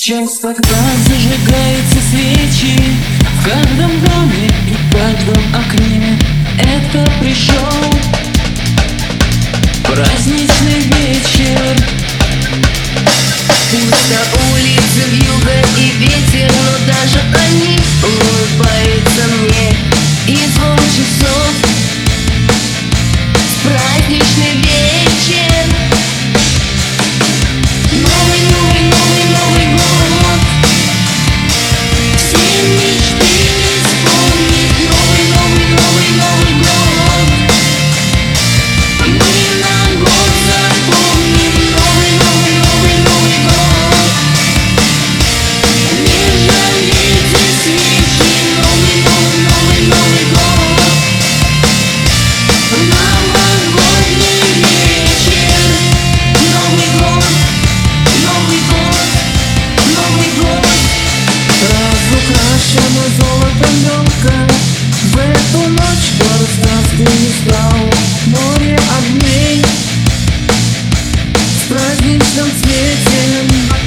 Сейчас, когда зажигаются свечи в каждом доме и в каждом окне, это пришел праздничный вечер. Пусть на улице вьюга и ветер, но даже они улыбаются мне. И звон часов, праздничный вечер. Новый, новый, новый, новый год. Все мечты исполнит. Новый, новый, новый, новый год. Мы на год запомним. Новый, новый, новый, новый год. Не жалейте свечи. Новый, новый, новый, новый год. Новогодний вечер. Новый год, Новый год, Новый год. Разукрашена золотом елка, в эту ночь город сказки не стал. Море огней в праздничном цвете,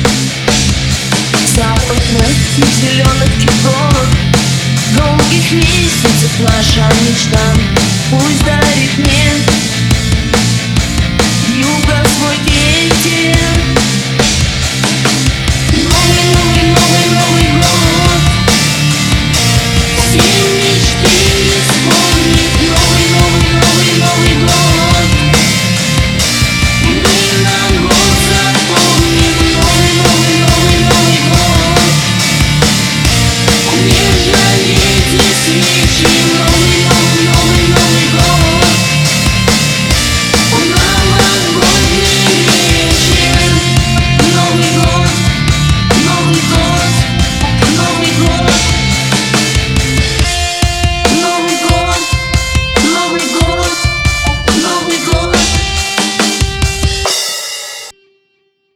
Запах мягких зеленых цветов, долгих месяцев наша мечта. Пусть дарит мне вьюга свой